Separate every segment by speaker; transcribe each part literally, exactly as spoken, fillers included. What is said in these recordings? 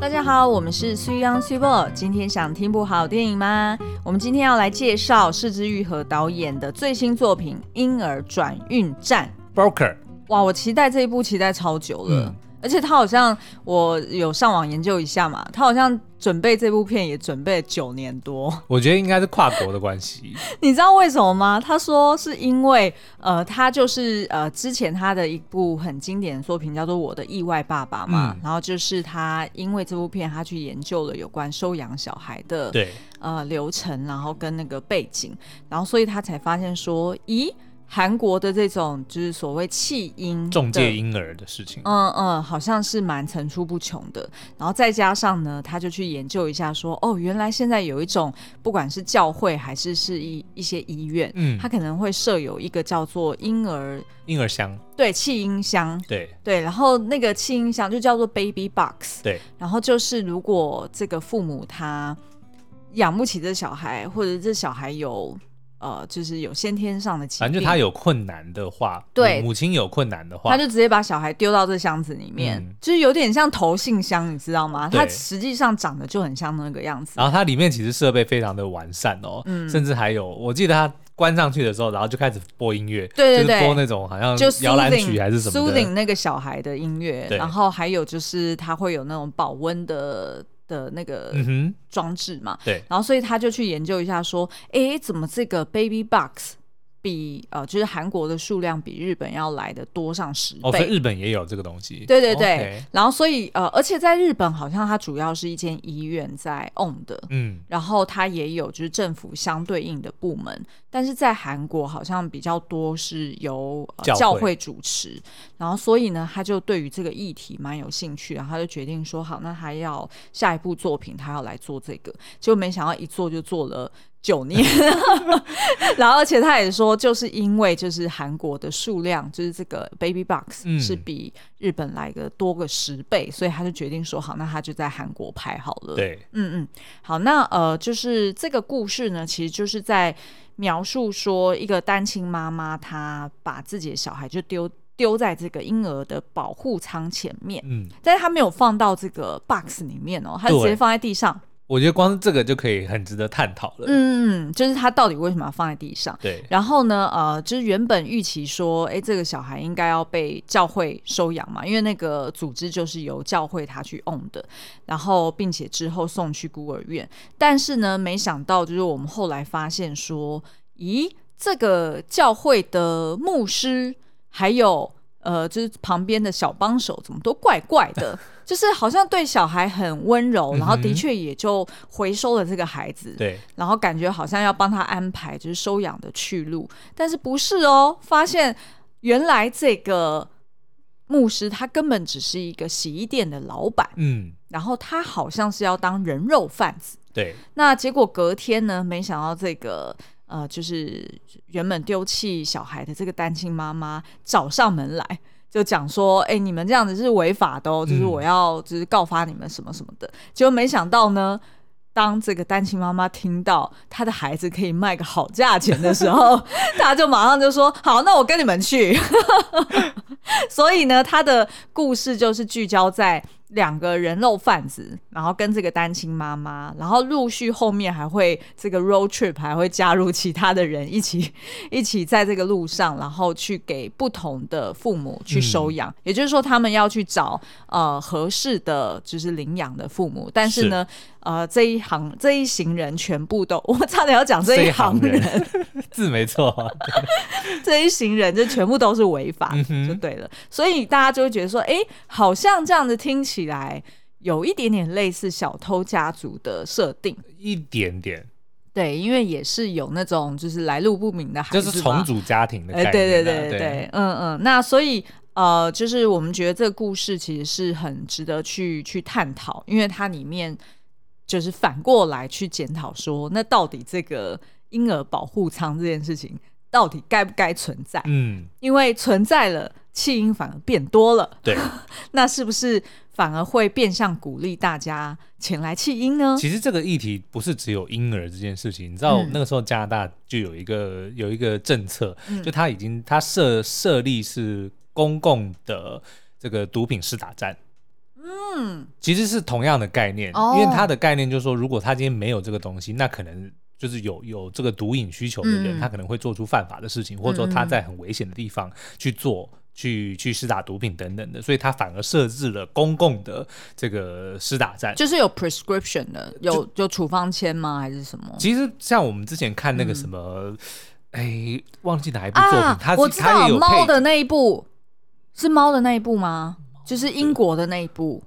Speaker 1: 大家好，我们是苏央苏波，今天想听部好电影吗？我们今天要来介绍是枝裕和导演的最新作品《婴儿转运站》
Speaker 2: Broker。
Speaker 1: 哇，我期待这一部期待超久了、嗯、而且他好像我有上网研究一下嘛，他好像准备这部片也准备了九年多。
Speaker 2: 我觉得应该是跨国的关系。
Speaker 1: 你知道为什么吗？他说是因为呃，他就是呃，之前他的一部很经典的作品叫做《我的意外爸爸》嘛、嗯，然后就是他因为这部片他去研究了有关收养小孩的
Speaker 2: 对
Speaker 1: 呃流程，然后跟那个背景，然后所以他才发现说，咦，韩国的这种就是所谓弃婴
Speaker 2: 中介婴儿的事情，
Speaker 1: 嗯嗯，好像是蛮层出不穷的。然后再加上呢，他就去研究一下说，哦，原来现在有一种不管是教会还是是一一些医院，嗯，他可能会设有一个叫做婴儿
Speaker 2: 婴儿箱，
Speaker 1: 对，弃婴箱，
Speaker 2: 对
Speaker 1: 对，然后那个弃婴箱就叫做 baby box，
Speaker 2: 对，
Speaker 1: 然后就是如果这个父母他养不起这小孩，或者这小孩有呃，就是有先天上的疾病，
Speaker 2: 反正就他有困难的话，
Speaker 1: 对，
Speaker 2: 母亲有困难的话，
Speaker 1: 他就直接把小孩丢到这箱子里面、嗯、就是有点像投信箱，你知道吗？它实际上长得就很像那个样子。
Speaker 2: 然后它里面其实设备非常的完善哦、嗯、甚至还有，我记得它关上去的时候，然后就开始播音乐，
Speaker 1: 对对对，
Speaker 2: 就是播那种好像摇篮曲还是什么的，
Speaker 1: 苏顶那个小孩的音乐，然后还有就是它会有那种保温的的那个装置嘛、嗯、对，然后所以他就去研究一下说，哎，怎么这个 baby box 比呃就是韩国的数量比日本要来的多上十倍，
Speaker 2: 哦，所以日本也有这个东西，
Speaker 1: 对对对、okay、然后所以呃而且在日本好像它主要是一间医院在 own 的，嗯，然后它也有就是政府相对应的部门，但是在韩国好像比较多是由、呃、教, 教会主持，然后所以呢他就对于这个议题蛮有兴趣，然后他就决定说好，那他要下一部作品他要来做这个，结果没想到一做就做了九年然后而且他也说就是因为就是韩国的数量就是这个 baby box 是比日本来个多个十倍、嗯、所以他就决定说好，那他就在韩国拍好了。
Speaker 2: 对，
Speaker 1: 嗯嗯，好，那呃就是这个故事呢其实就是在描述说一个单亲妈妈她把自己的小孩就丢丢在这个婴儿的保护舱前面，嗯，但是他没有放到这个 box 里面哦，他就直接放在地上。
Speaker 2: 我觉得光是这个就可以很值得探讨了。
Speaker 1: 嗯，就是他到底为什么要放在地上？
Speaker 2: 对。
Speaker 1: 然后呢，呃，就是原本预期说，哎，这个小孩应该要被教会收养嘛，因为那个组织就是由教会他去 own 的，然后并且之后送去孤儿院。但是呢，没想到就是我们后来发现说，咦，这个教会的牧师还有呃，就是旁边的小帮手怎么都怪怪的。就是好像对小孩很温柔，然后的确也就回收了这个孩子，
Speaker 2: 对，
Speaker 1: 然后感觉好像要帮他安排就是收养的去路，但是不是哦，发现原来这个牧师他根本只是一个洗衣店的老板，嗯，然后他好像是要当人肉贩子，
Speaker 2: 对，
Speaker 1: 那结果隔天呢，没想到这个呃，就是原本丢弃小孩的这个单亲妈妈找上门来，就讲说，哎、欸，你们这样子是违法的哦，就是我要就是告发你们什么什么的。嗯、结果没想到呢，当这个单亲妈妈听到她的孩子可以卖个好价钱的时候，她就马上就说：“好，那我跟你们去。”所以呢，她的故事就是聚焦在两个人肉贩子，然后跟这个单亲妈妈，然后陆续后面还会这个 road trip 还会加入其他的人一起一起在这个路上，然后去给不同的父母去收养、嗯、也就是说他们要去找呃合适的就是领养的父母，但是呢是呃这一行这一行人全部都，我差点要讲这一行人, 这一行人
Speaker 2: 字没错、啊、
Speaker 1: 这一行人就全部都是违法的、嗯、就对了，所以大家就会觉得说，哎，好像这样子听起来有一点点类似小偷家族的设定，
Speaker 2: 一点点，
Speaker 1: 对，因为也是有那种就是来路不明的孩子，
Speaker 2: 就是重组家庭的概念、啊欸、
Speaker 1: 对对对对对，嗯嗯，那所以呃，就是我们觉得这个故事其实是很值得去去探讨，因为它里面就是反过来去检讨说，那到底这个婴儿保护舱这件事情到底该不该存在？嗯，因为存在了，弃婴反而变多了，
Speaker 2: 对，
Speaker 1: 那是不是反而会变相鼓励大家前来弃婴呢？
Speaker 2: 其实这个议题不是只有婴儿这件事情，你知道、嗯、那个时候加拿大就有一个有一个政策、嗯、就他已经他设设立是公共的这个毒品施打站， 嗯，其实是同样的概念，哦、因为它的概念就是说，如果他今天没有这个东西，那可能就是有有这个毒瘾需求的人、嗯，他可能会做出犯法的事情，或者说他在很危险的地方去做。去去施打毒品等等的，所以他反而设置了公共的这个施打站，
Speaker 1: 就是有 prescription 的，有有处方签吗？还是什么？
Speaker 2: 其实像我们之前看那个什么，哎、嗯，忘记哪一部作品，啊、它
Speaker 1: 我知道猫的那一部是猫的那一部吗？就是英国的那一部。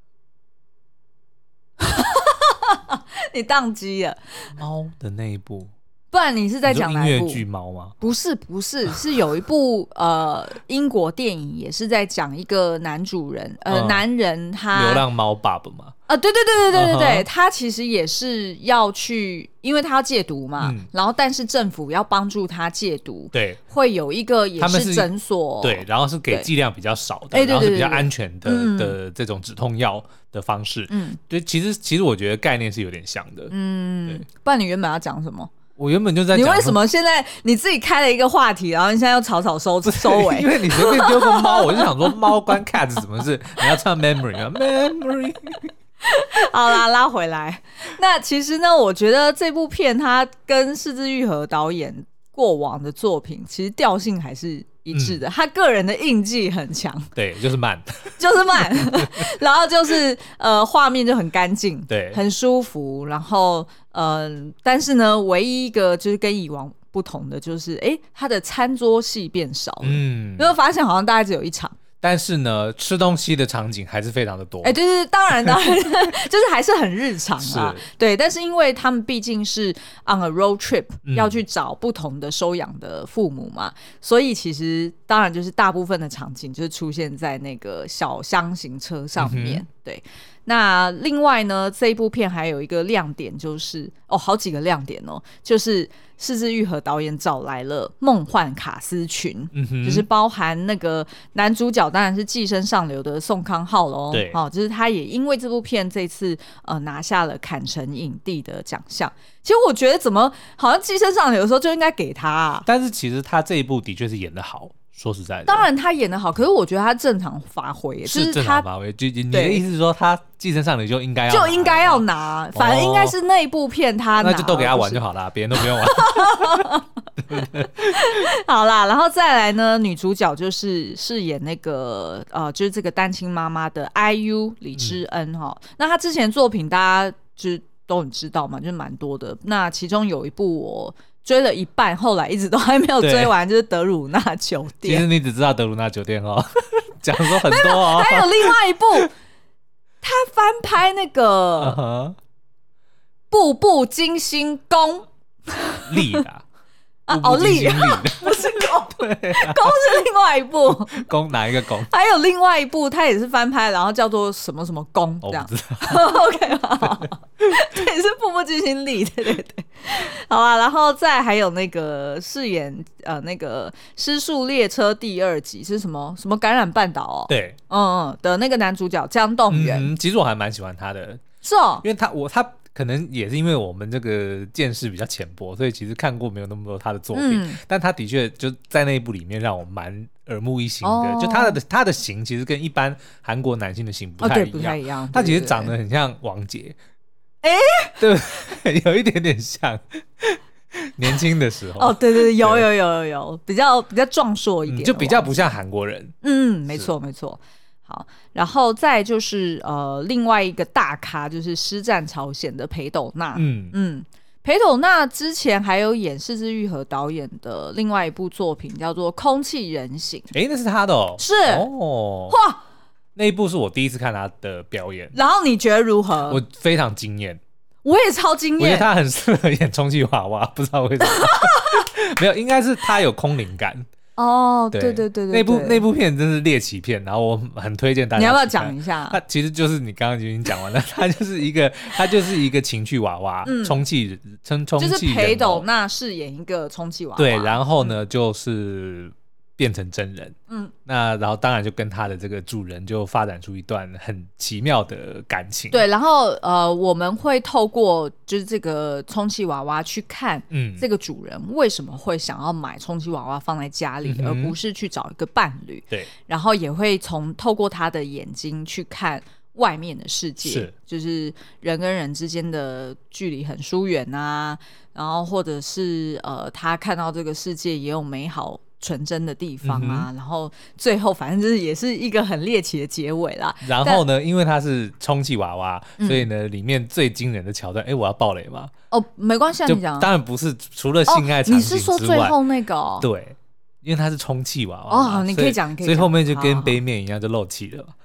Speaker 1: 你宕机了。
Speaker 2: 猫的那一部。
Speaker 1: 不然你是在讲哪一部？
Speaker 2: 音乐剧猫吗？
Speaker 1: 不是不是，是有一部呃英国电影，也是在讲一个男主人呃、嗯、男人他
Speaker 2: 流浪猫爸爸嘛。
Speaker 1: 啊，对对对对对对对， uh-huh. 他其实也是要去，因为他要戒毒嘛、嗯，然后但是政府要帮助他戒毒，对，会有一个也是诊所，
Speaker 2: 对，然后是给剂量比较少的，对对对对，然后是比较安全的、嗯、的这种止痛药的方式，嗯，对，其实其实我觉得概念是有点像的，嗯，对，
Speaker 1: 不然你原本要讲什么？
Speaker 2: 我原本就在讲，
Speaker 1: 你为什么现在你自己开了一个话题，然后你现在又草草收收尾？
Speaker 2: 因为你随便丢个猫，我就想说猫关 cat 什么事？你要唱 memory 啊 memory。
Speaker 1: 好啦，拉回来。那其实呢，我觉得这部片它跟是枝裕和导演过往的作品其实调性还是一致的、嗯、他个人的印记很强，
Speaker 2: 对，就是慢
Speaker 1: 就是慢然后就是呃画面就很干净，
Speaker 2: 对，
Speaker 1: 很舒服，然后呃但是呢唯一一个就是跟以往不同的就是哎，他的餐桌戏变少了，嗯，因为发现好像大概只有一场，但
Speaker 2: 是呢吃东西的场景还是非常的多，
Speaker 1: 哎，对对，当然当然就是还是很日常啊，对，但是因为他们毕竟是 on a road trip、嗯、要去找不同的收养的父母嘛，所以其实当然就是大部分的场景就是出现在那个小箱型车上面、嗯、对。那另外呢，这一部片还有一个亮点就是哦，好几个亮点哦，就是是枝裕和导演找来了梦幻卡司群、嗯、就是包含那个男主角当然是寄生上流的宋康昊咯，对、哦，就是他也因为这部片这次呃拿下了坎城影帝的奖项。其实我觉得怎么好像寄生上流的时候就应该给他啊，
Speaker 2: 但是其实他这一部的确是演得好，说实在的，
Speaker 1: 当然他演得好，可是我觉得他正常发挥，
Speaker 2: 是正常发挥。就你的意思是说，他寄生上流就应该要
Speaker 1: 就应该要拿，反而应该是那一部片他拿、
Speaker 2: 哦，那就都给他玩就好了，别人都不用玩。
Speaker 1: 好啦，然后再来呢，女主角就是饰演那个呃，就是这个单亲妈妈的 I U 李知恩哈、嗯。那她之前作品大家就都很知道嘛，就是蛮多的。那其中有一部我追了一半，后来一直都还没有追完，就是德鲁纳酒店。
Speaker 2: 其实你只知道德鲁纳酒店哦，讲说很多哦。
Speaker 1: 还有另外一部，他翻拍那个《步步惊心宫》
Speaker 2: 力的。
Speaker 1: 啊，哦，力不是宫，对、啊，宫是另外一部。
Speaker 2: 宫哪一个宫？
Speaker 1: 还有另外一部，它也是翻拍，然后叫做什么什么宫这样。OK， 好，对，是《步步惊心力》，对对对。好啊，然后再还有那个饰演呃那个《失速列车》第二集是什么什么感染半岛哦？对，嗯嗯的那个男主角姜栋元、
Speaker 2: 嗯，其实我还蛮喜欢他的，
Speaker 1: 是哦，
Speaker 2: 因为他我他。可能也是因为我们这个见识比较浅薄，所以其实看过没有那么多他的作品、嗯、但他的确就在那一部里面让我蛮耳目一新的、哦、就他的他的型其实跟一般韩国男性的型不太一样、哦、对，不太一样，他其实长得很像王杰，哎，对，有一点点像年轻的时候
Speaker 1: 哦，对对对，有有有有有，比较比较壮硕一点、嗯，
Speaker 2: 就比较不像韩国人，
Speaker 1: 嗯，没错没错。好，然后再就是呃另外一个大咖就是师战朝鲜的裴斗娜，嗯嗯，裴斗娜之前还有演是枝裕和导演的另外一部作品叫做《空气人形》，
Speaker 2: 哎，那是他的哦，
Speaker 1: 是
Speaker 2: 哦，哇，那一部是我第一次看他的表演，
Speaker 1: 然后你觉得如何？
Speaker 2: 我非常惊艳，
Speaker 1: 我也超惊艳，
Speaker 2: 我觉得他很适合演充气娃娃，不知道为什么，没有，应该是他有空灵感。
Speaker 1: 哦，对对对 对, 对，
Speaker 2: 那部那部片真是猎奇片，然后我很推荐大家。
Speaker 1: 你要不要讲一下？
Speaker 2: 它其实就是你刚刚已经讲完了，它就是一个它就是一个情趣娃娃，嗯、充气充充气人偶，
Speaker 1: 就是裴斗娜饰演一个充气娃娃，
Speaker 2: 对，然后呢、嗯、就是变成真人，嗯，那然后当然就跟他的这个主人就发展出一段很奇妙的感情，
Speaker 1: 对，然后呃我们会透过就是这个充气娃娃去看，嗯，这个主人为什么会想要买充气娃娃放在家里、嗯、而不是去找一个伴侣，对，然后也会从透过他的眼睛去看外面的世界，
Speaker 2: 是
Speaker 1: 就是人跟人之间的距离很疏远啊，然后或者是呃，他看到这个世界也有美好纯真的地方啊、嗯、然后最后反正就是也是一个很猎奇的结尾啦。
Speaker 2: 然后呢，因为它是充气娃娃、嗯、所以呢里面最惊人的桥段，哎，我要爆雷吗？
Speaker 1: 哦，没关系啊，你讲。
Speaker 2: 当然不是，除了性爱场景之外、哦、你是说
Speaker 1: 最后那个、哦、
Speaker 2: 对，因为它是充气娃娃
Speaker 1: 哦，你可以讲，
Speaker 2: 所以后面就跟杯面一样就漏气了。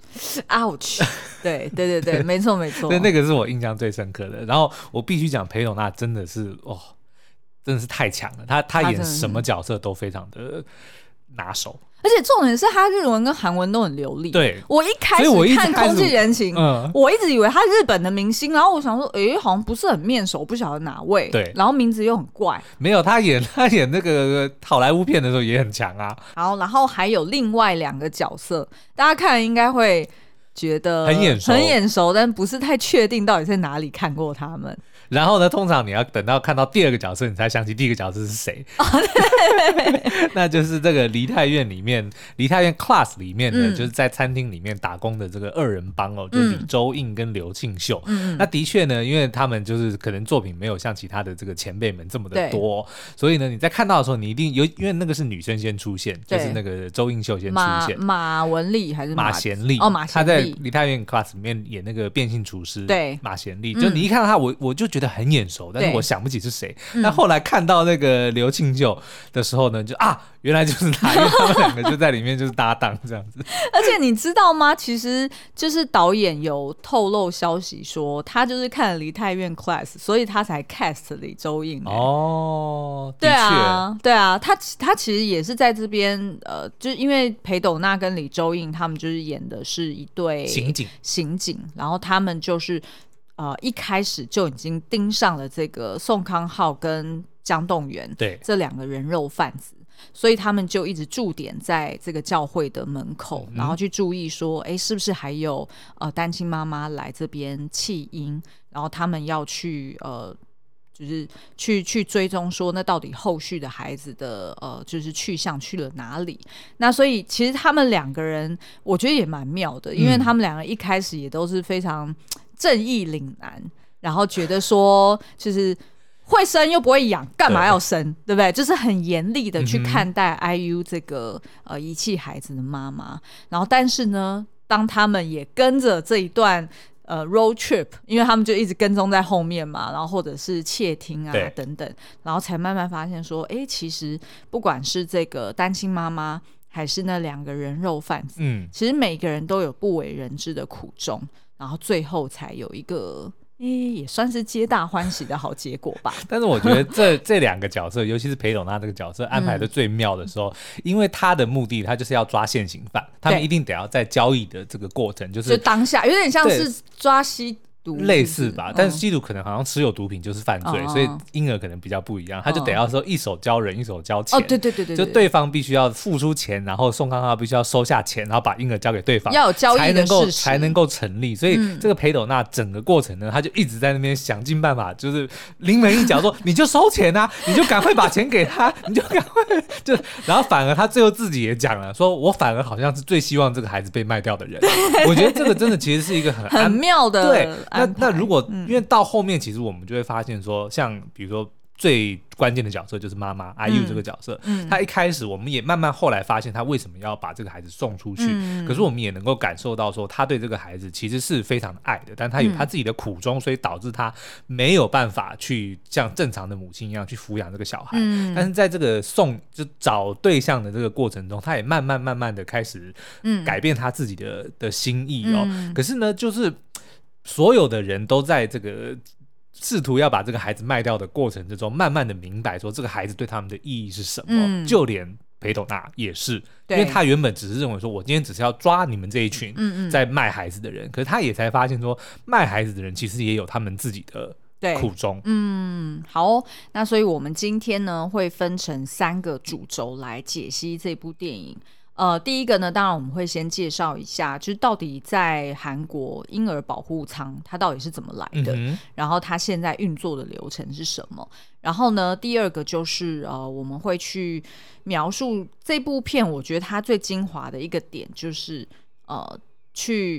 Speaker 1: ouch 对对对对，没错没错，
Speaker 2: 对，那个是我印象最深刻的。然后我必须讲裴斗娜真的是哦，真的是太强了，他他演什么角色都非常的拿手，
Speaker 1: 而且重点是他日文跟韩文都很流利。
Speaker 2: 对，
Speaker 1: 我一开始看《空气人情》
Speaker 2: 嗯，
Speaker 1: 我一直以为他日本的明星，然后我想说，哎，好像不是很面熟，不晓得哪位。
Speaker 2: 对，
Speaker 1: 然后名字又很怪。
Speaker 2: 没有，他演他演那个好莱坞片的时候也很强啊。
Speaker 1: 好，然后还有另外两个角色，大家看应该会觉得
Speaker 2: 很眼熟，
Speaker 1: 很眼熟，但不是太确定到底在哪里看过他们。
Speaker 2: 然后呢，通常你要等到看到第二个角色，你才想起第一个角色是谁。哦、那就是这个梨泰院里面，梨泰院 class 里面呢、嗯，就是在餐厅里面打工的这个二人帮哦，就李周映跟刘庆秀。嗯，那的确呢，因为他们就是可能作品没有像其他的这个前辈们这么的多，所以呢，你在看到的时候，你一定有，因为那个是女生先出现，就是那个周映秀先出现，
Speaker 1: 马, 马文丽还是马
Speaker 2: 贤丽？
Speaker 1: 哦，马贤丽，
Speaker 2: 她在梨泰院 class 里面演那个变性厨师，
Speaker 1: 对，
Speaker 2: 马贤丽，就你一看到她，我我就觉得很眼熟，但是我想不起是谁。那后来看到那个刘庆秀的时候呢，就啊，原来就是他，因为他们两个就在里面就是搭档这样子。
Speaker 1: 而且你知道吗？其实就是导演有透露消息说，他就是看了梨泰院 class， 所以他才 cast 李周映。
Speaker 2: 哦，
Speaker 1: 对啊，对啊，他他其实也是在这边，呃，就是因为裴斗娜跟李周映他们就是演的是一对
Speaker 2: 刑警，
Speaker 1: 刑警，然后他们就是。呃，一开始就已经盯上了这个宋康昊跟江栋元
Speaker 2: 对这
Speaker 1: 两个人肉贩子，所以他们就一直驻点在这个教会的门口，嗯、然后去注意说，哎，是不是还有呃单亲妈妈来这边弃婴，然后他们要去呃。就是去去追踪说，那到底后续的孩子的呃，就是去向去了哪里？那所以其实他们两个人，我觉得也蛮妙的，因为他们两个一开始也都是非常正义凛然，然后觉得说，就是会生又不会养，干嘛要生， 对, 对不对？就是很严厉的去看待 I U 这个、嗯、呃遗弃孩子的妈妈。然后，但是呢，当他们也跟着这一段。呃 road trip， 因为他们就一直跟踪在后面嘛，然后或者是窃听啊等等，然后才慢慢发现说，哎，其实不管是这个单亲妈妈，还是那两个人肉贩子，嗯，其实每个人都有不为人知的苦衷，然后最后才有一个。欸、也算是皆大欢喜的好结果吧。
Speaker 2: 但是我觉得这这两个角色，尤其是裴斗娜这个角色安排的最妙的时候、嗯，因为他的目的他就是要抓现行犯，他们一定得要在交易的这个过程，就是
Speaker 1: 就当下有点像是抓吸。
Speaker 2: 类似吧，但是吸毒可能好像持有毒品就是犯罪、哦、所以婴儿可能比较不一样，他就得要说一手交人一手交钱。
Speaker 1: 哦，对对对 对, 对，
Speaker 2: 就对方必须要付出钱，然后宋康昊必须要收下钱，然后把婴儿交给对方，
Speaker 1: 要有交易的事实
Speaker 2: 才能够成立。所以这个裴斗娜整个过程呢，他就一直在那边想尽办法，就是临门一脚说你就收钱啊，你就赶快把钱给他，你就赶快就，然后反而他最后自己也讲了，说我反而好像是最希望这个孩子被卖掉的人。我觉得这个真的其实是一个很
Speaker 1: 很妙的
Speaker 2: 对。那那如果、嗯、因为到后面其实我们就会发现说，像比如说最关键的角色就是妈妈 I U 这个角色、嗯、他一开始我们也慢慢后来发现他为什么要把这个孩子送出去、嗯、可是我们也能够感受到说他对这个孩子其实是非常的爱的，但他有他自己的苦衷、嗯、所以导致他没有办法去像正常的母亲一样去抚养这个小孩、嗯、但是在这个送就找对象的这个过程中，他也慢慢慢慢的开始改变他自己的、嗯、的心意哦、嗯、可是呢就是所有的人都在这个试图要把这个孩子卖掉的过程之中，慢慢的明白说这个孩子对他们的意义是什么、嗯、就连裴斗娜也是，因为他原本只是认为说我今天只是要抓你们这一群在卖孩子的人、嗯嗯、可是他也才发现说卖孩子的人其实也有他们自己的苦衷。
Speaker 1: 嗯，好、哦、那所以我们今天呢会分成三个主轴来解析这部电影。呃，第一个呢，当然我们会先介绍一下，就是到底在韩国婴儿保护舱它到底是怎么来的、嗯、然后它现在运作的流程是什么。然后呢，第二个就是呃，我们会去描述这部片，我觉得它最精华的一个点就是呃，去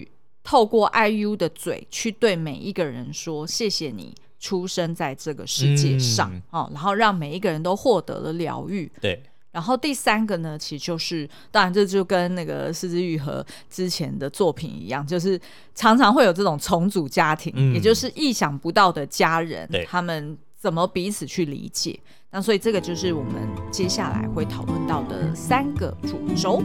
Speaker 1: 透过 I U 的嘴去对每一个人说谢谢你出生在这个世界上、嗯哦、然后让每一个人都获得了疗愈。
Speaker 2: 对，
Speaker 1: 然后第三个呢，其实就是当然这就跟那个失之愈合之前的作品一样，就是常常会有这种重组家庭、嗯、也就是意想不到的家人，他们怎么彼此去理解。那所以这个就是我们接下来会讨论到的三个主轴。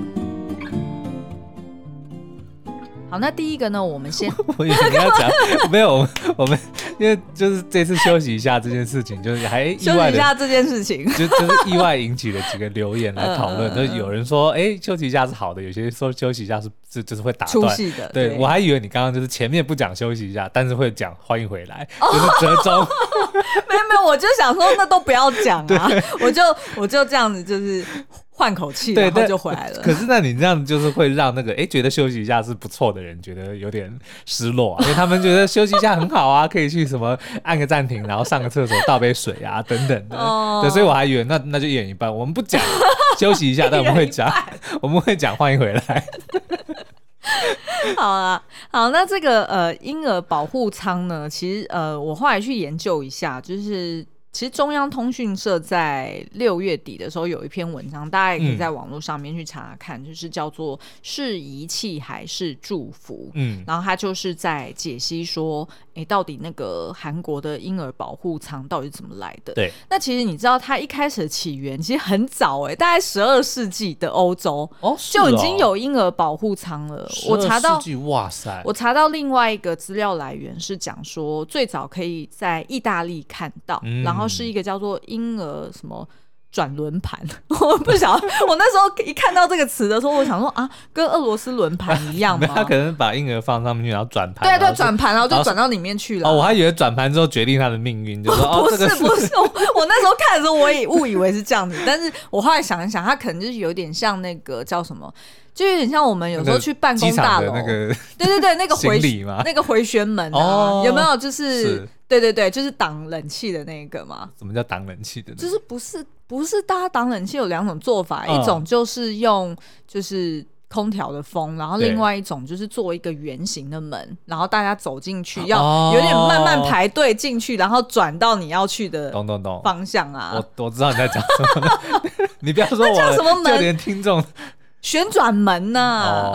Speaker 1: 好，那第一个呢，我们先
Speaker 2: 我以为你要讲没有，我们因为就是这次休息一下这件事情，就是还意外的
Speaker 1: 休息一下这件事情，
Speaker 2: 就就是意外引起了几个留言来讨论，就是有人说，哎、欸，休息一下是好的，有些说休息一下是是就是会打断
Speaker 1: 出戏的。
Speaker 2: 对，对我还以为你刚刚就是前面不讲休息一下，但是会讲欢迎回来，哦、就是折中。
Speaker 1: 没有没有，我就想说那都不要讲啊，我就我就这样子就是换口气，然后就回来了。
Speaker 2: 可是那你这样就是会让那个哎、欸、觉得休息一下是不错的人觉得有点失落啊，因为他们觉得休息一下很好啊，可以去什么按个暂停，然后上个厕所倒杯水啊等等的。哦、对，所以我还以为那那就一人一半，我们不讲休息一下，但我们会讲我们会讲欢迎回来。
Speaker 1: 好啦，好，那这个呃婴儿保护舱呢，其实呃我后来去研究一下，就是其实中央通讯社在六月底的时候有一篇文章，大家也可以在网络上面去查查看、嗯、就是叫做是遗弃还是祝福，嗯，然后他就是在解析说诶到底那个韩国的婴儿保护舱到底是怎么来的。
Speaker 2: 对，
Speaker 1: 那其实你知道它一开始的起源其实很早诶，大概十二世纪的欧洲、哦、就已经有婴儿保护舱了。我查到
Speaker 2: 哇塞，
Speaker 1: 我查到另外一个资料来源是讲说最早可以在意大利看到、嗯、然后是一个叫做婴儿什么转轮盘，我不晓得，我那时候一看到这个词的时候，我想说啊，跟俄罗斯轮盘一样吗？
Speaker 2: 他可能把婴儿放上面去，然后转盘，
Speaker 1: 对对，转盘，然后就转到里面去了。
Speaker 2: 哦，我还以为转盘之后决定他的命运，就说哦，
Speaker 1: 不是、
Speaker 2: 这个、
Speaker 1: 不是，我, 我那时候看的时候，我也误以为是这样子，但是我后来想一想，他可能就是有点像那个叫什么。就有点像我们有时候去办公大楼，
Speaker 2: 那个、
Speaker 1: 对对对，那个回那个回旋门啊、
Speaker 2: 哦，
Speaker 1: 有没有？就是是对对对，就是挡冷气的那个嘛。
Speaker 2: 什么叫挡冷气的、那個？
Speaker 1: 就是不是不是大家挡冷气有两种做法、嗯，一种就是用就是空调的风，然后另外一种就是做一个圆形的门，然后大家走进去要有点慢慢排队进去，然后转到你要去的方向啊。
Speaker 2: 我我知道你在讲什么了，你不要说我
Speaker 1: 叫什么门，
Speaker 2: 就连听众。
Speaker 1: 旋转门啊、
Speaker 2: 哦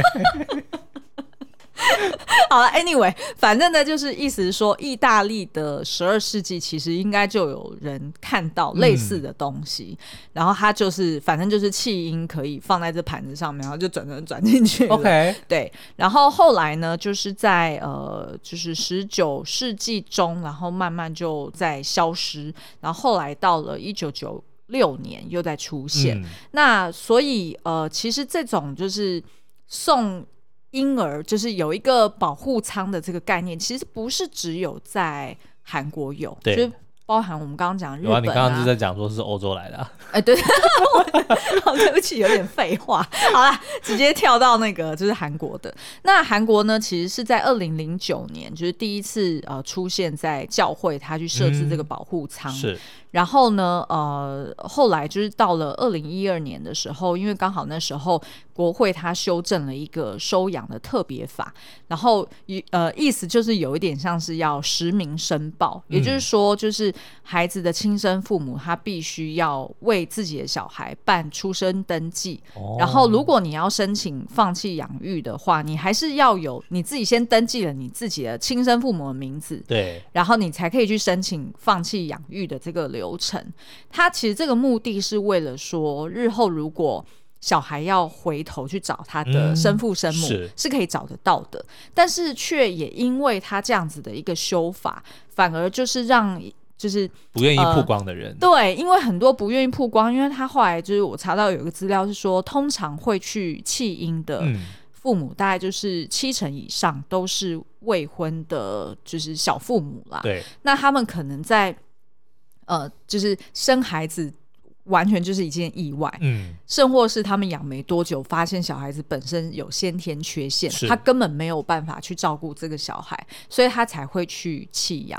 Speaker 2: OK
Speaker 1: 好了 anyway 反正呢就是意思是说意大利的十二世纪其实应该就有人看到类似的东西、嗯、然后他就是反正就是弃婴可以放在这盘子上面，然后就转转转进去了
Speaker 2: OK
Speaker 1: 对，然后后来呢就是在呃就是十九世纪中，然后慢慢就在消失，然后后来到了一九九六年又在出现、嗯、那所以呃其实这种就是送婴儿就是有一个保护舱的这个概念，其实不是只有在韩国有，
Speaker 2: 对，
Speaker 1: 就是包含我们刚刚讲日本、啊、
Speaker 2: 有啊，你刚刚是在讲说是欧洲来的啊，
Speaker 1: 哎、欸、对好对不起有点废话好啦，直接跳到那个就是韩国的。那韩国呢其实是在二零零九年就是第一次呃出现在教会他去设置这个保护舱、嗯、是，然后呢呃后来就是到了二零一二年的时候，因为刚好那时候国会他修正了一个收养的特别法，然后呃意思就是有一点像是要实名申报、嗯、也就是说就是孩子的亲生父母他必须要为自己的小孩办出生登记、哦、然后如果你要申请放弃养育的话，你还是要有你自己先登记了你自己的亲生父母的名字，
Speaker 2: 对，
Speaker 1: 然后你才可以去申请放弃养育的这个流程。它其实这个目的是为了说日后如果小孩要回头去找他的生父生母、嗯、是, 是可以找得到的，但是却也因为他这样子的一个修法，反而就是让就是
Speaker 2: 不愿意曝光的人、呃、
Speaker 1: 对，因为很多不愿意曝光，因为他后来就是我查到有一个资料是说通常会去弃婴的父母、嗯、大概就是七成以上都是未婚的就是小父母啦，
Speaker 2: 对，
Speaker 1: 那他们可能在呃就是生孩子完全就是一件意外，嗯，甚或是他们养没多久发现小孩子本身有先天缺陷，他根本没有办法去照顾这个小孩，所以他才会去弃养。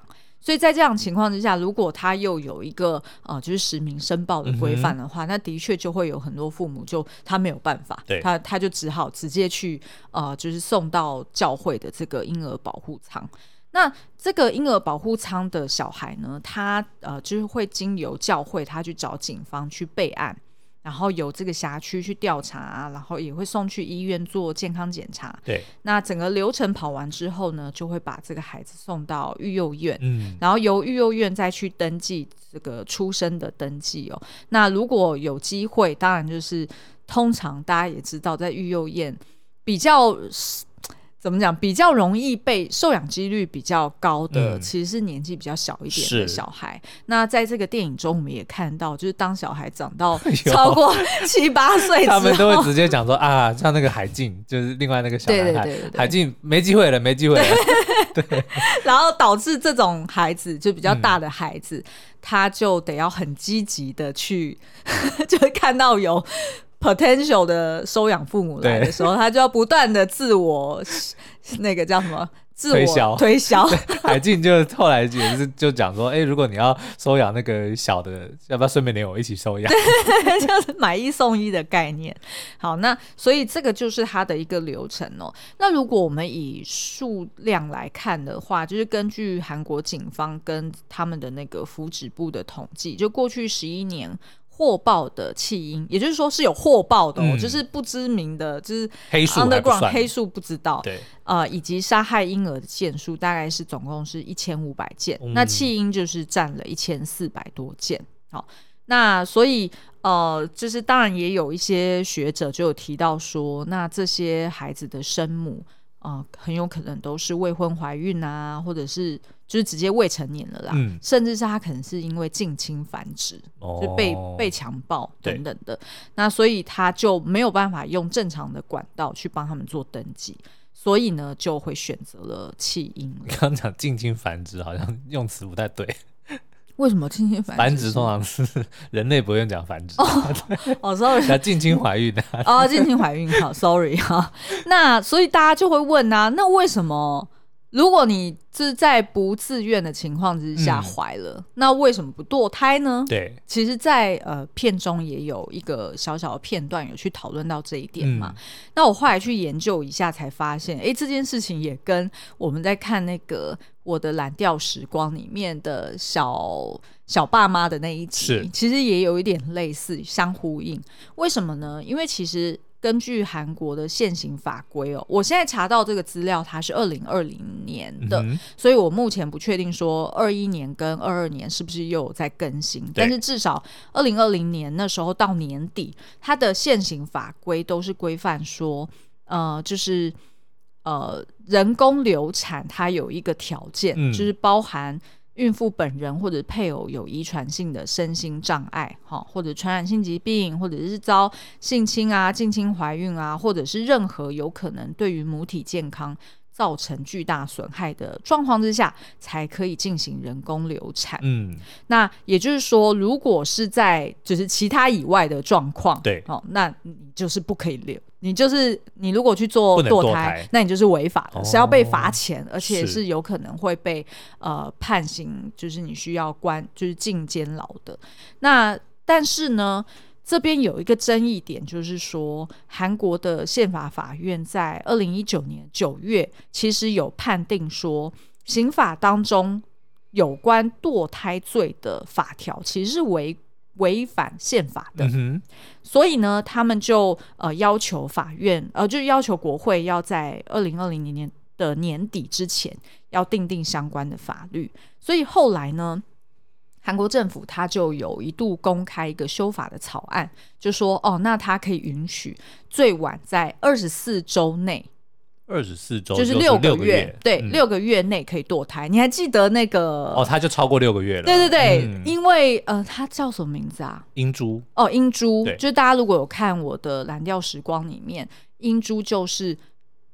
Speaker 1: 所以在这样的情况之下，如果他又有一个呃就是实名申报的规范的话、嗯、那的确就会有很多父母就他没有办法，他他就只好直接去呃就是送到教会的这个婴儿保护舱。那这个婴儿保护舱的小孩呢，他呃就是会经由教会他去找警方去备案，然后由这个辖区去调查，然后也会送去医院做健康检查。
Speaker 2: 对，
Speaker 1: 那整个流程跑完之后呢，就会把这个孩子送到育幼院，
Speaker 2: 嗯，
Speaker 1: 然后由育幼院再去登记这个出生的登记哦。那如果有机会，当然就是通常大家也知道，在育幼院比较怎么讲，比较容易被受养几率比较高的、嗯、其实是年纪比较小一点的小孩。那在这个电影中我们也看到，就是当小孩长到超过七八岁之后，
Speaker 2: 他们都会直接讲说啊，像那个海静，就是另外那个小男孩，对对对对对，海静没机会了没机会了对, 对
Speaker 1: 然后导致这种孩子就比较大的孩子、嗯、他就得要很积极的去就是看到有potential 的收养父母来的时候，他就要不断的自我那个叫什么自我
Speaker 2: 推销
Speaker 1: 推销
Speaker 2: 海静就后来也是就讲说，哎、欸，如果你要收养那个小的，要不要顺便连我一起收养
Speaker 1: 就是买一送一的概念。好，那所以这个就是它的一个流程哦。那如果我们以数量来看的话，就是根据韩国警方跟他们的那个福祉部的统计，就过去十一年获报的弃婴，也就是说是有获报的、哦嗯、就是不知名的，就是
Speaker 2: 黑数
Speaker 1: underground 黑数不知道，
Speaker 2: 对，
Speaker 1: 呃，以及杀害婴儿的件数大概是总共是一千五百件、嗯、那弃婴就是占了一千四百多件。好，那所以呃，就是当然也有一些学者就有提到说，那这些孩子的生母呃，很有可能都是未婚怀孕啊，或者是就是直接未成年了啦、嗯、甚至是他可能是因为近亲繁殖、哦、就被被强暴等等的，那所以他就没有办法用正常的管道去帮他们做登记，所以呢就会选择了弃婴。
Speaker 2: 你刚刚讲近亲繁殖好像用词不太对，
Speaker 1: 为什么近亲繁殖？
Speaker 2: 繁殖通常是人类不用讲繁殖
Speaker 1: 哦，哦 sorry
Speaker 2: 叫近亲怀孕啊
Speaker 1: 哦，近亲怀孕好 sorry 哈。那所以大家就会问啊，那为什么如果你是在不自愿的情况之下怀了、嗯、那为什么不堕胎呢？对，其实在呃片中也有一个小小的片段有去讨论到这一点嘛、嗯、那我后来去研究一下才发现，哎，这件事情也跟我们在看那个我的蓝调时光里面的小小爸妈的那一集其实也有一点类似，相呼应。为什么呢？因为其实根据韩国的现行法规哦，我现在查到这个资料它是二零二零年的、嗯、所以我目前不确定说二一年跟二二年是不是又有在更新，但是至少二零二零年那时候到年底它的现行法规都是规范说呃，就是呃人工流产它有一个条件、嗯、就是包含孕妇本人或者配偶有遗传性的身心障碍，或者传染性疾病，或者是遭性侵啊、近亲怀孕啊，或者是任何有可能对于母体健康造成巨大损害的状况之下，才可以进行人工流产。嗯，那也就是说，如果是在就是其他以外的状况，对，哦，那你就是不可以流，你就是你如果去做堕胎，那你就是违法的、哦，是要被罚钱，而且是有可能会被呃判刑，就是你需要关，就是进监牢的。那但是呢？这边有一个争议点，就是说韩国的宪法法院在二零一九年九月其实有判定说刑法当中有关堕胎罪的法条其实是违违反宪法的、嗯、所以呢他们就呃要求法院呃就要求国会要在二零二零年的年底之前要订定相关的法律，所以后来呢韩国政府他就有一度公开一个修法的草案，就说哦，那他可以允许最晚在二十四周内，
Speaker 2: 二十四周
Speaker 1: 就是六个月，
Speaker 2: 个月
Speaker 1: 对，嗯、六个月内可以堕胎。你还记得那个？
Speaker 2: 哦，他就超过六个月了。
Speaker 1: 对对对，嗯、因为呃，他叫什么名字啊？
Speaker 2: 英珠。
Speaker 1: 哦，英珠，就是大家如果有看我的蓝调时光里面，英珠就是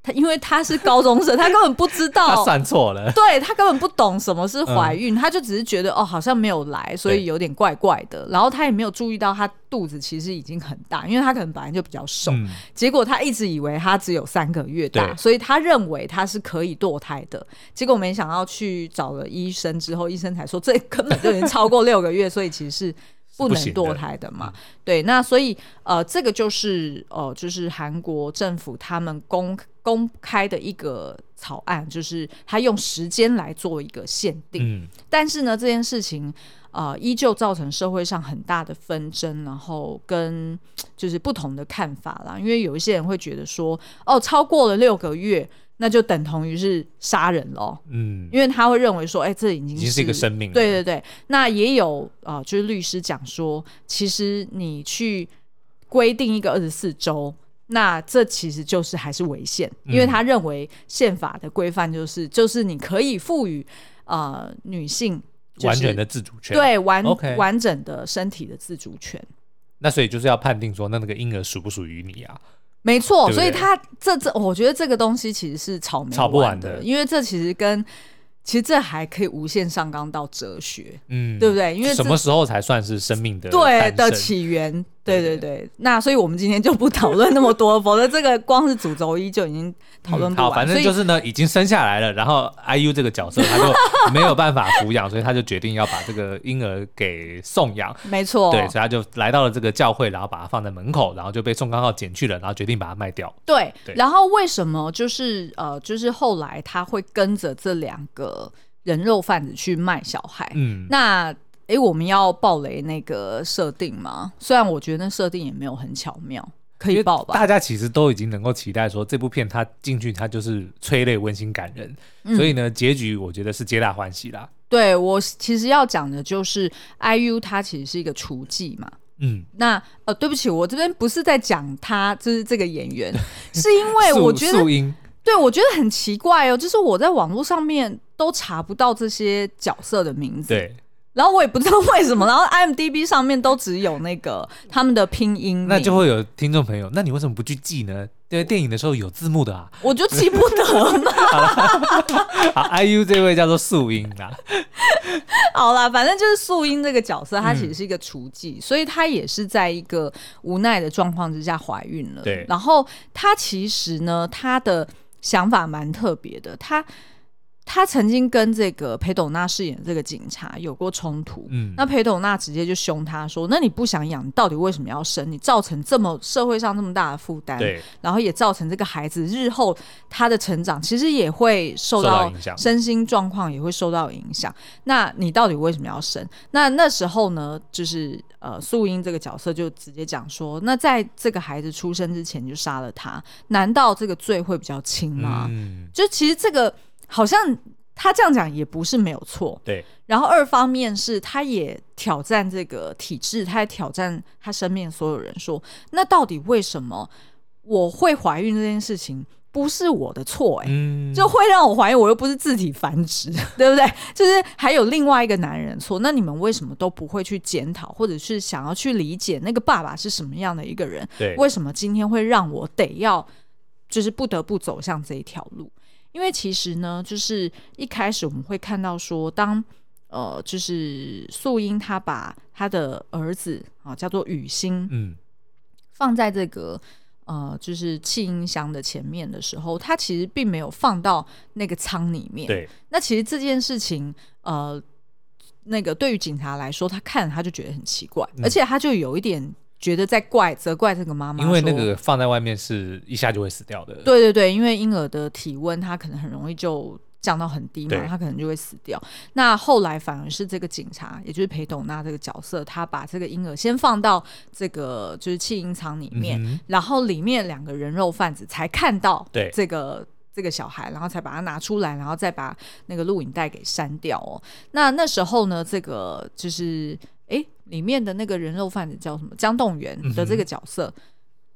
Speaker 1: 他因为他是高中生，他根本不知道，
Speaker 2: 他算错了，
Speaker 1: 对他根本不懂什么是怀孕，嗯、他就只是觉得哦好像没有来，所以有点怪怪的。然后他也没有注意到他肚子其实已经很大，因为他可能本来就比较瘦，嗯、结果他一直以为他只有三个月大，所以他认为他是可以堕胎的。结果没想到去找了医生之后，医生才说这根本就已经超过六个月，所以其实是不能堕胎的嘛。的嗯、对，那所以呃，这个就是呃，就是韩国政府他们公公开的一个草案，就是他用时间来做一个限定。嗯、但是呢，这件事情呃，依旧造成社会上很大的纷争，然后跟就是不同的看法啦。因为有一些人会觉得说，哦，超过了六个月。那就等同于是杀人了，嗯，因为他会认为说，哎、欸，这已经是已
Speaker 2: 经是一个生命了，
Speaker 1: 对对对。那也有呃，就是律师讲说，其实你去规定一个二十四周，那这其实就是还是违宪，因为他认为宪法的规范就是就是你可以赋予呃女性、就是、
Speaker 2: 完全的自主权，
Speaker 1: 对完、okay. 完整的身体的自主权。
Speaker 2: 那所以就是要判定说，那那个婴儿属不属于你啊？
Speaker 1: 没错，所以他这这，我觉得这个东西其实是吵没完的，吵不完的，因为这其实跟其实这还可以无限上纲到哲学，嗯，对不对？因为
Speaker 2: 什么时候才算是生命的
Speaker 1: 对的起源？对对 对, 对。那所以我们今天就不讨论那么多，否则这个光是主轴一就已经讨论不完、嗯。
Speaker 2: 好，反正就是呢，已经生下来了，然后 I U 这个角色他就没有办法抚养，所以他就决定要把这个婴儿给送养。
Speaker 1: 没错，
Speaker 2: 对，所以他就来到了这个教会，然后把它放在门口，然后就被宋康昊捡去了，然后决定把它卖掉。
Speaker 1: 对，对然后为什么就是呃，就是后来他会跟着这两个人肉贩子去卖小孩？嗯，那。哎，我们要爆雷那个设定吗？虽然我觉得那设定也没有很巧妙，可以爆吧？
Speaker 2: 大家其实都已经能够期待说，这部片它进去它就是催泪、温馨、感人，嗯、所以呢，结局我觉得是皆大欢喜啦。
Speaker 1: 对，我其实要讲的就是 I U 它其实是一个厨妓嘛。嗯，那呃，对不起，我这边不是在讲他，就是这个演员，是因为我觉得
Speaker 2: 素英。
Speaker 1: 对，我觉得很奇怪哦，就是我在网络上面都查不到这些角色的名字。
Speaker 2: 对。
Speaker 1: 然后我也不知道为什么，然后 I M D B 上面都只有那个他们的拼音，
Speaker 2: 那就会有听众朋友，那你为什么不去记呢？因为电影的时候有字幕的啊，
Speaker 1: 我就记不得嘛。
Speaker 2: 好, 好 ，I U 这位叫做素英啊。
Speaker 1: 好啦，反正就是素英这个角色，她其实是一个厨妓，嗯、所以她也是在一个无奈的状况之下怀孕了。
Speaker 2: 对，
Speaker 1: 然后她其实呢，她的想法蛮特别的，她。他曾经跟这个裴斗娜饰演的这个警察有过冲突，嗯，那裴斗娜直接就凶他说：“那你不想养，你到底为什么要生？你造成这么社会上这么大的负担，
Speaker 2: 对，
Speaker 1: 然后也造成这个孩子日后他的成长其实也会受到身心状况也会受到影响。那你到底为什么要生？那那时候呢，就是呃，素英这个角色就直接讲说：那在这个孩子出生之前就杀了他，难道这个罪会比较轻吗？嗯，就其实这个。”好像他这样讲也不是没有错，
Speaker 2: 对。
Speaker 1: 然后二方面是他也挑战这个体制，他也挑战他身边所有人说，那到底为什么我会怀孕这件事情不是我的错？哎、欸嗯，就会让我怀孕，我又不是自体繁殖，对不对？就是还有另外一个男人错，那你们为什么都不会去检讨，或者是想要去理解那个爸爸是什么样的一个人？
Speaker 2: 对，
Speaker 1: 为什么今天会让我得要就是不得不走向这一条路？因为其实呢，就是一开始我们会看到说，当呃，就是素英她把她的儿子啊叫做雨欣，嗯，放在这个呃，就是弃婴箱的前面的时候，她其实并没有放到那个仓里面。
Speaker 2: 对，
Speaker 1: 那其实这件事情，呃，那个对于警察来说，他看了他就觉得很奇怪，嗯、而且他就有一点。觉得在怪责怪这个妈妈，
Speaker 2: 因为那个放在外面是一下就会死掉的。
Speaker 1: 对对对，因为婴儿的体温它可能很容易就降到很低嘛，它可能就会死掉。那后来反而是这个警察，也就是裴斗娜这个角色，他把这个婴儿先放到这个就是弃婴仓里面，嗯、然后里面两个人肉贩子才看到这个。这个小孩，然后才把它拿出来，然后再把那个录影带给删掉哦。那那时候呢，这个就是哎，里面的那个人肉贩子叫什么？姜栋元的这个角色，嗯、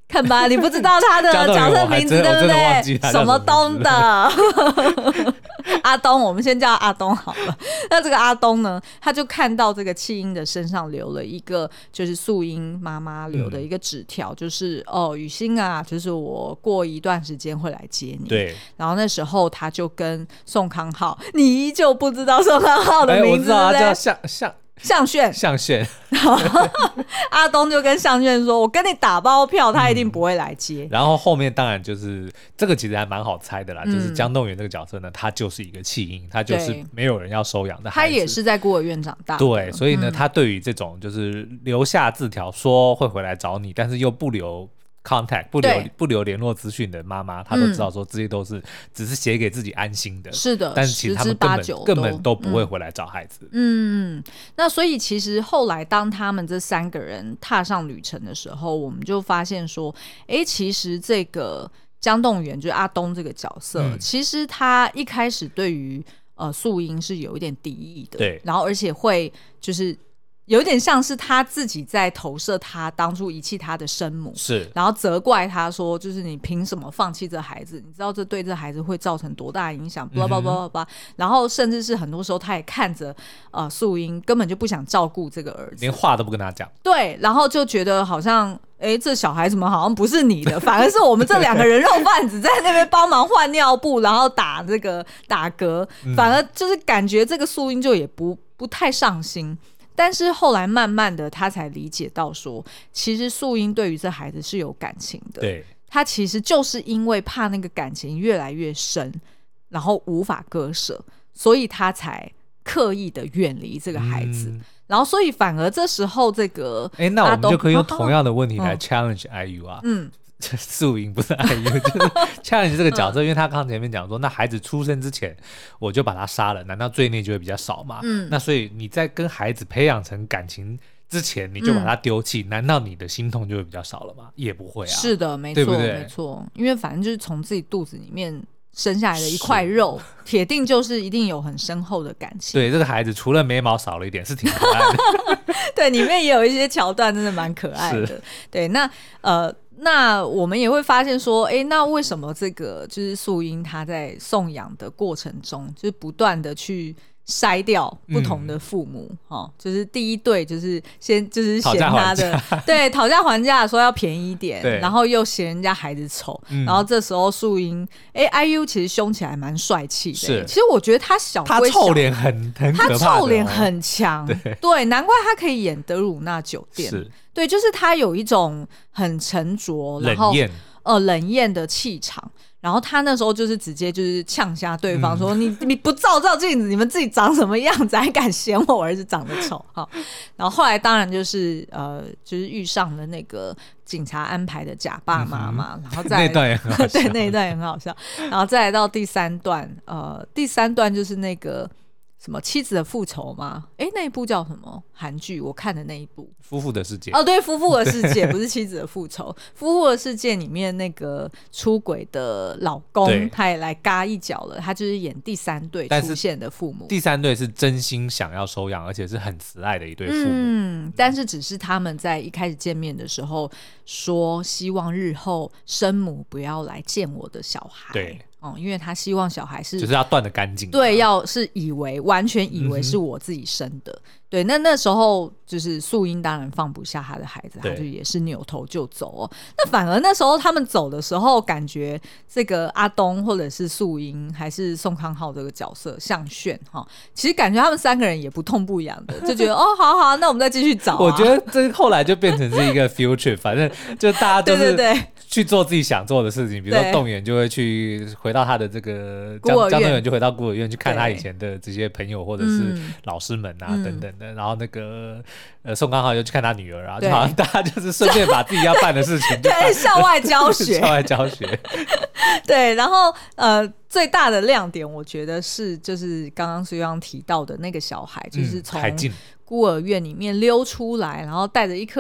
Speaker 1: 看吧，你不知道他的角色名字对不对？什么东的阿东，我们先叫阿东好了。那这个阿东呢，他就看到这个弃婴的身上留了一个就是素英妈妈留的一个纸条、嗯、就是哦雨欣啊，就是我过一段时间会来接你。
Speaker 2: 对，
Speaker 1: 然后那时候他就跟宋康昊，你依旧不知道宋康昊的名字、
Speaker 2: 欸、我知道他叫向向
Speaker 1: 向炫，
Speaker 2: 向炫
Speaker 1: 阿东就跟向炫说，我跟你打包票他一定不会来接、
Speaker 2: 嗯、然后后面当然就是这个其实还蛮好猜的啦、嗯、就是江栋元这个角色呢，他就是一个弃婴，他就是没有人要收养的孩子，
Speaker 1: 他也是在孤儿院长大的，
Speaker 2: 对，所以呢、嗯、他对于这种就是留下字条说会回来找你但是又不留contact 不留不留联络资讯的妈妈，她都知道说这些都是只是写给自己安心的，
Speaker 1: 是的，
Speaker 2: 但是其实他们根本根本都不会回来找孩子。
Speaker 1: 嗯，那所以其实后来当他们这三个人踏上旅程的时候，我们就发现说，哎，其实这个江栋元就是阿东这个角色、嗯、其实他一开始对于呃素英是有一点敌意的，
Speaker 2: 对，
Speaker 1: 然后而且会就是有点像是他自己在投射他当初遗弃他的生母，
Speaker 2: 是，
Speaker 1: 然后责怪他说，就是你凭什么放弃这孩子？你知道这对这孩子会造成多大影响？巴拉巴拉巴拉，然后甚至是很多时候他也看着呃素英根本就不想照顾这个儿子，
Speaker 2: 连话都不跟他讲。
Speaker 1: 对，然后就觉得好像哎，这小孩怎么好像不是你的，反而是我们这两个人肉贩子在那边帮忙换尿布，然后打这个打嗝，反而就是感觉这个素英就也不不太上心。但是后来慢慢的他才理解到说，其实素英对于这孩子是有感情的，
Speaker 2: 对，
Speaker 1: 他其实就是因为怕那个感情越来越深，然后无法割舍，所以他才刻意的远离这个孩子、嗯、然后所以反而这时候这个
Speaker 2: 哎，那我们就可以用同样的问题来 challenge I U 啊，嗯，素英不是 I U 就是 challenge 这个角色、嗯、因为他刚前面讲说那孩子出生之前我就把他杀了，难道罪孽就会比较少吗？嗯，那所以你在跟孩子培养成感情之前你就把他丢弃、嗯、难道你的心痛就会比较少了吗？也不会啊。
Speaker 1: 是的，没错，
Speaker 2: 对不对？
Speaker 1: 没错，因为反正就是从自己肚子里面生下来的一块肉，铁定就是一定有很深厚的感情。
Speaker 2: 对，这个孩子除了眉毛少了一点是挺可爱的
Speaker 1: 对，里面也有一些桥段真的蛮可爱的。对，那呃那我们也会发现说，哎，那为什么这个就是素英她在送养的过程中就是不断的去筛掉不同的父母、嗯哦、就是第一对就是先就是嫌他的对讨价还价说要便宜一点，然后又嫌人家孩子丑、嗯、然后这时候素英哎 I U 其实凶起来蛮帅气的，是，其实我觉得他小归小，
Speaker 2: 他臭脸很很可怕的、哦、
Speaker 1: 他臭脸很强， 对, 对难怪他可以演德鲁纳酒店，是，对，就是他有一种很沉着然后冷艳呃冷艳的气场，然后他那时候就是直接就是呛瞎对方说、嗯、你你不照照镜子你们自己长什么样子还敢嫌我儿子长得丑然后后来当然就是呃就是遇上了那个警察安排的假爸妈嘛、嗯、然后再
Speaker 2: 那段也很好笑
Speaker 1: 对，那一段也很好笑然后再来到第三段呃第三段就是那个什么妻子的复仇吗？哎，那一部叫什么韩剧？我看的那一部
Speaker 2: 夫妇的世界。
Speaker 1: 哦，对，夫妇的世界不是妻子的复仇。夫妇的世界里面那个出轨的老公他也来嘎一脚了，他就是演第三对出现的父母。
Speaker 2: 第三对是真心想要收养而且是很慈爱的一对父母，
Speaker 1: 嗯，但是只是他们在一开始见面的时候说希望日后生母不要来见我的小孩，对哦，因为他希望小孩是
Speaker 2: 就是要断得干净，
Speaker 1: 对，要是以为完全以为是我自己生的、嗯、对，那那时候就是素英当然放不下他的孩子，他就也是扭头就走哦。那反而那时候他们走的时候感觉这个阿东或者是素英还是宋康昊这个角色向炫、哦、其实感觉他们三个人也不痛不痒的就觉得哦好好那我们再继续找、啊、
Speaker 2: 我觉得这后来就变成是一个 field trip 反正就大家都是去做自己想做的事情，比如说动员就会去回到他的这个江江动员就回到孤儿院去看他以前的这些朋友或者是老师们啊、嗯、等等的，然后那个呃宋康昊就去看他女儿啊，就好像大家就是顺便把自己要办的事情
Speaker 1: 对校外教学
Speaker 2: 校外教学
Speaker 1: 对，然后呃最大的亮点我觉得是就是刚刚苏央提到的那个小孩，就是从孤儿院里面溜出来，然后带着一颗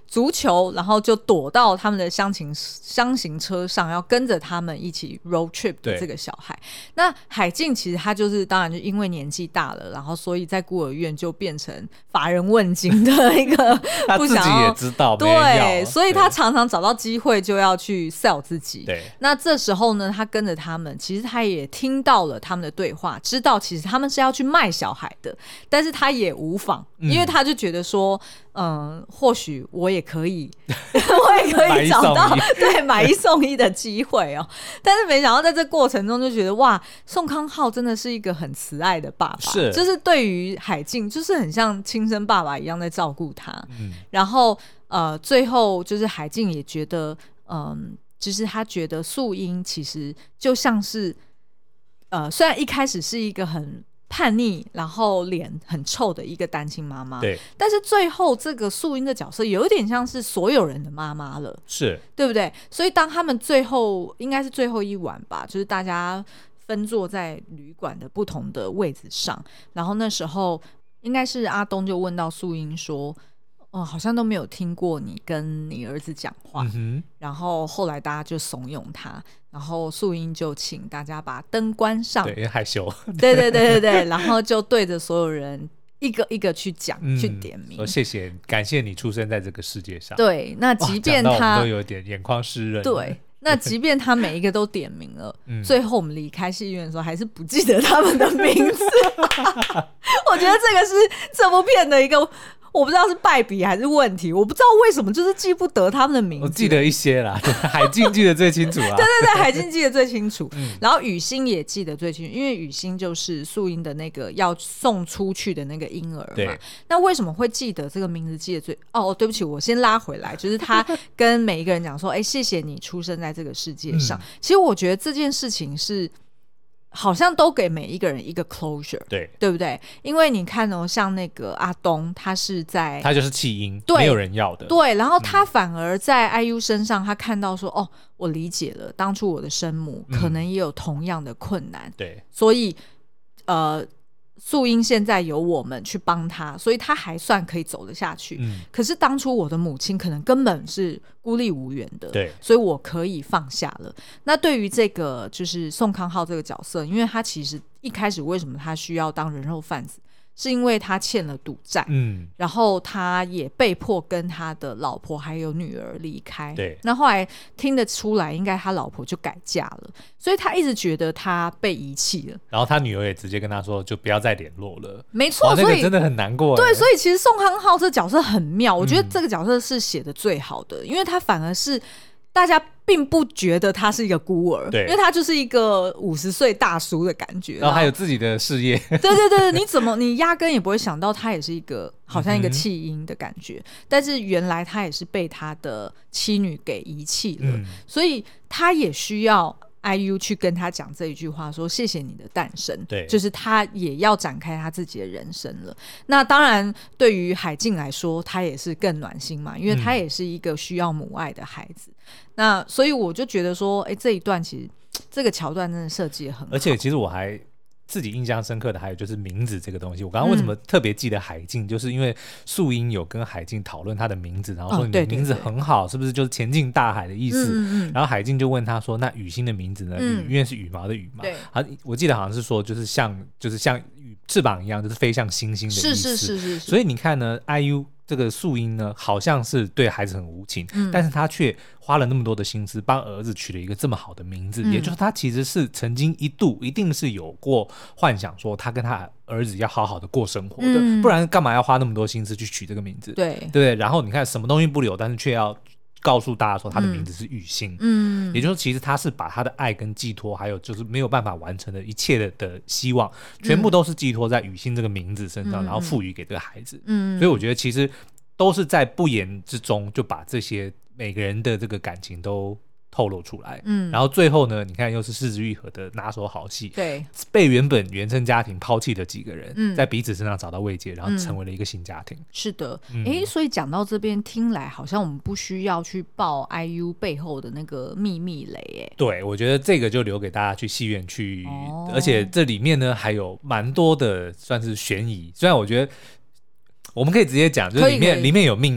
Speaker 1: 足球，然后就躲到他们的厢型厢型车上，要跟着他们一起 road trip 的这个小孩。那海静其实他就是当然就因为年纪大了，然后所以在孤儿院就变成乏人问津的一个不想要，他自己
Speaker 2: 也知道，
Speaker 1: 对，所以他常常找到机会就要去 sell 自己。
Speaker 2: 对，
Speaker 1: 那这时候呢，他跟着他们，其实他也听到了他们的对话，知道其实他们是要去卖小孩的，但是他也无妨，嗯、因为他就觉得说，嗯、呃，或许我也可以，我也可以找到对买一送一的机会哦。但是没想到在这过程中就觉得，哇，宋康昊真的是一个很慈爱的爸爸，
Speaker 2: 是，
Speaker 1: 就是对于海静，就是很像亲生爸爸一样在照顾他。嗯，然后呃，最后就是海静也觉得，嗯、呃。就是他觉得素英其实就像是，呃，虽然一开始是一个很叛逆，然后脸很臭的一个单亲妈妈，
Speaker 2: 对，
Speaker 1: 但是最后这个素英的角色有一点像是所有人的妈妈了，
Speaker 2: 是
Speaker 1: 对不对？所以当他们最后应该是最后一晚吧，就是大家分坐在旅馆的不同的位置上，然后那时候应该是阿东就问到素英说，哦，好像都没有听过你跟你儿子讲话、嗯、然后后来大家就怂恿他，然后素英就请大家把灯关上，
Speaker 2: 对，因为害羞，
Speaker 1: 对对对对对，然后就对着所有人一个一个去讲、嗯、去点名，
Speaker 2: 说谢谢，感谢你出生在这个世界上。
Speaker 1: 对，那即便他
Speaker 2: 都有点眼眶湿润，
Speaker 1: 对，那即便他每一个都点名了、嗯、最后我们离开戏院的时候还是不记得他们的名字我觉得这个是这部片的一个我不知道是败笔还是问题，我不知道为什么就是记不得他们的名字。
Speaker 2: 我记得一些啦，海静记得最清楚啦
Speaker 1: 对对对，海静记得最清楚、嗯、然后雨欣也记得最清楚，因为雨欣就是素英的那个要送出去的那个婴儿嘛。
Speaker 2: 对，
Speaker 1: 那为什么会记得这个名字记得最哦对不起，我先拉回来，就是他跟每一个人讲说哎，谢谢你出生在这个世界上、嗯、其实我觉得这件事情是好像都给每一个人一个 closure，
Speaker 2: 对
Speaker 1: 对不对？因为你看哦，像那个阿东，他是在
Speaker 2: 他就是弃婴，没有人要的，
Speaker 1: 对，然后他反而在 I U 身上，他看到说、嗯、哦，我理解了，当初我的生母可能也有同样的困难，嗯、
Speaker 2: 对，
Speaker 1: 所以呃。素英现在有我们去帮他，所以他还算可以走得下去、嗯、可是当初我的母亲可能根本是孤立无援的，
Speaker 2: 对，
Speaker 1: 所以我可以放下了。那对于这个就是宋康昊这个角色，因为他其实一开始为什么他需要当人肉贩子，是因为他欠了赌债，嗯，然后他也被迫跟他的老婆还有女儿离开，
Speaker 2: 对，
Speaker 1: 那后来听得出来应该他老婆就改嫁了，所以他一直觉得他被遗弃了，
Speaker 2: 然后他女儿也直接跟他说就不要再联络了，
Speaker 1: 没错，
Speaker 2: 那个真的很难过，
Speaker 1: 对，所以其实宋康昊这角色很妙，我觉得这个角色是写的最好的、嗯、因为他反而是大家并不觉得他是一个孤儿，
Speaker 2: 对，
Speaker 1: 因为他就是一个五十岁大叔的感觉，
Speaker 2: 然后还有自己的事业
Speaker 1: 对对对，你怎么你压根也不会想到他也是一个好像一个弃婴的感觉、嗯、但是原来他也是被他的妻女给遗弃了、嗯、所以他也需要I U 去跟他讲这一句话，说谢谢你的诞生，
Speaker 2: 对，
Speaker 1: 就是他也要展开他自己的人生了。那当然对于海静来说他也是更暖心嘛，因为他也是一个需要母爱的孩子、嗯、那所以我就觉得说哎，这一段其实这个桥段真的设计得很好，
Speaker 2: 而且其实我还自己印象深刻的还有就是名字这个东西，我刚刚为什么特别记得海静、嗯、就是因为素英有跟海静讨论他的名字，然后说你的名字很好、哦、对对对，是不是就是前进大海的意思、嗯嗯、然后海静就问他说那雨欣的名字呢、嗯、雨因为是羽毛的羽嘛，对，我记得好像是说就是像就是像翅膀一样就是飞向星星的意思，
Speaker 1: 是是是 是, 是，
Speaker 2: 所以你看呢 I U 这个素英呢好像是对孩子很无情、嗯、但是他却花了那么多的心思帮儿子取了一个这么好的名字、嗯、也就是他其实是曾经一度一定是有过幻想说他跟他儿子要好好的过生活的、嗯、不然干嘛要花那么多心思去取这个名字，
Speaker 1: 对
Speaker 2: 对不对？然后你看什么东西不留，但是却要告诉大家说他的名字是雨欣，嗯，也就是其实他是把他的爱跟寄托还有就是没有办法完成的一切 的, 的希望全部都是寄托在雨欣这个名字身上、嗯、然后赋予给这个孩子，嗯，所以我觉得其实都是在不言之中就把这些每个人的这个感情都透露出来，嗯，然后最后呢你看又是是枝裕和的拿手好戏，
Speaker 1: 对，
Speaker 2: 被原本原生家庭抛弃的几个人、嗯、在彼此身上找到慰藉，然后成为了一个新家庭、嗯、
Speaker 1: 是的，哎、嗯，所以讲到这边听来好像我们不需要去爆 I U 背后的那个秘密雷，哎，
Speaker 2: 对，我觉得这个就留给大家去戏院去、哦、而且这里面呢还有蛮多的算是悬疑，虽然我觉得我们可以直接讲就是里面里面有命案，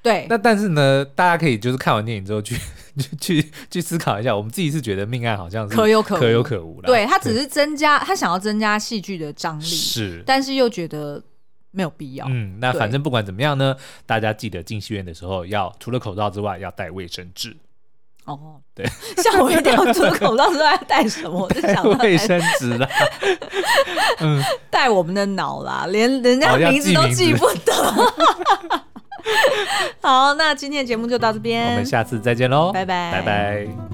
Speaker 1: 对，
Speaker 2: 那但是呢，大家可以就是看完电影之后去去去思考一下，我们自己是觉得命案好像是
Speaker 1: 可有可无
Speaker 2: 可有可无啦。
Speaker 1: 对，他只是增加，他想要增加戏剧的张力，
Speaker 2: 是，
Speaker 1: 但是又觉得没有必要。
Speaker 2: 嗯，那反正不管怎么样呢，大家记得进戏院的时候要除了口罩之外要带卫生纸。
Speaker 1: 哦，
Speaker 2: 对，
Speaker 1: 像我一定要除了口罩之外带什么？我就想
Speaker 2: 带卫生纸啦，
Speaker 1: 嗯，带我们的脑啦，连人家名字都记不得。好，那今天的节目就到这边，
Speaker 2: 我们下次再见喽，
Speaker 1: 拜拜，
Speaker 2: 拜拜。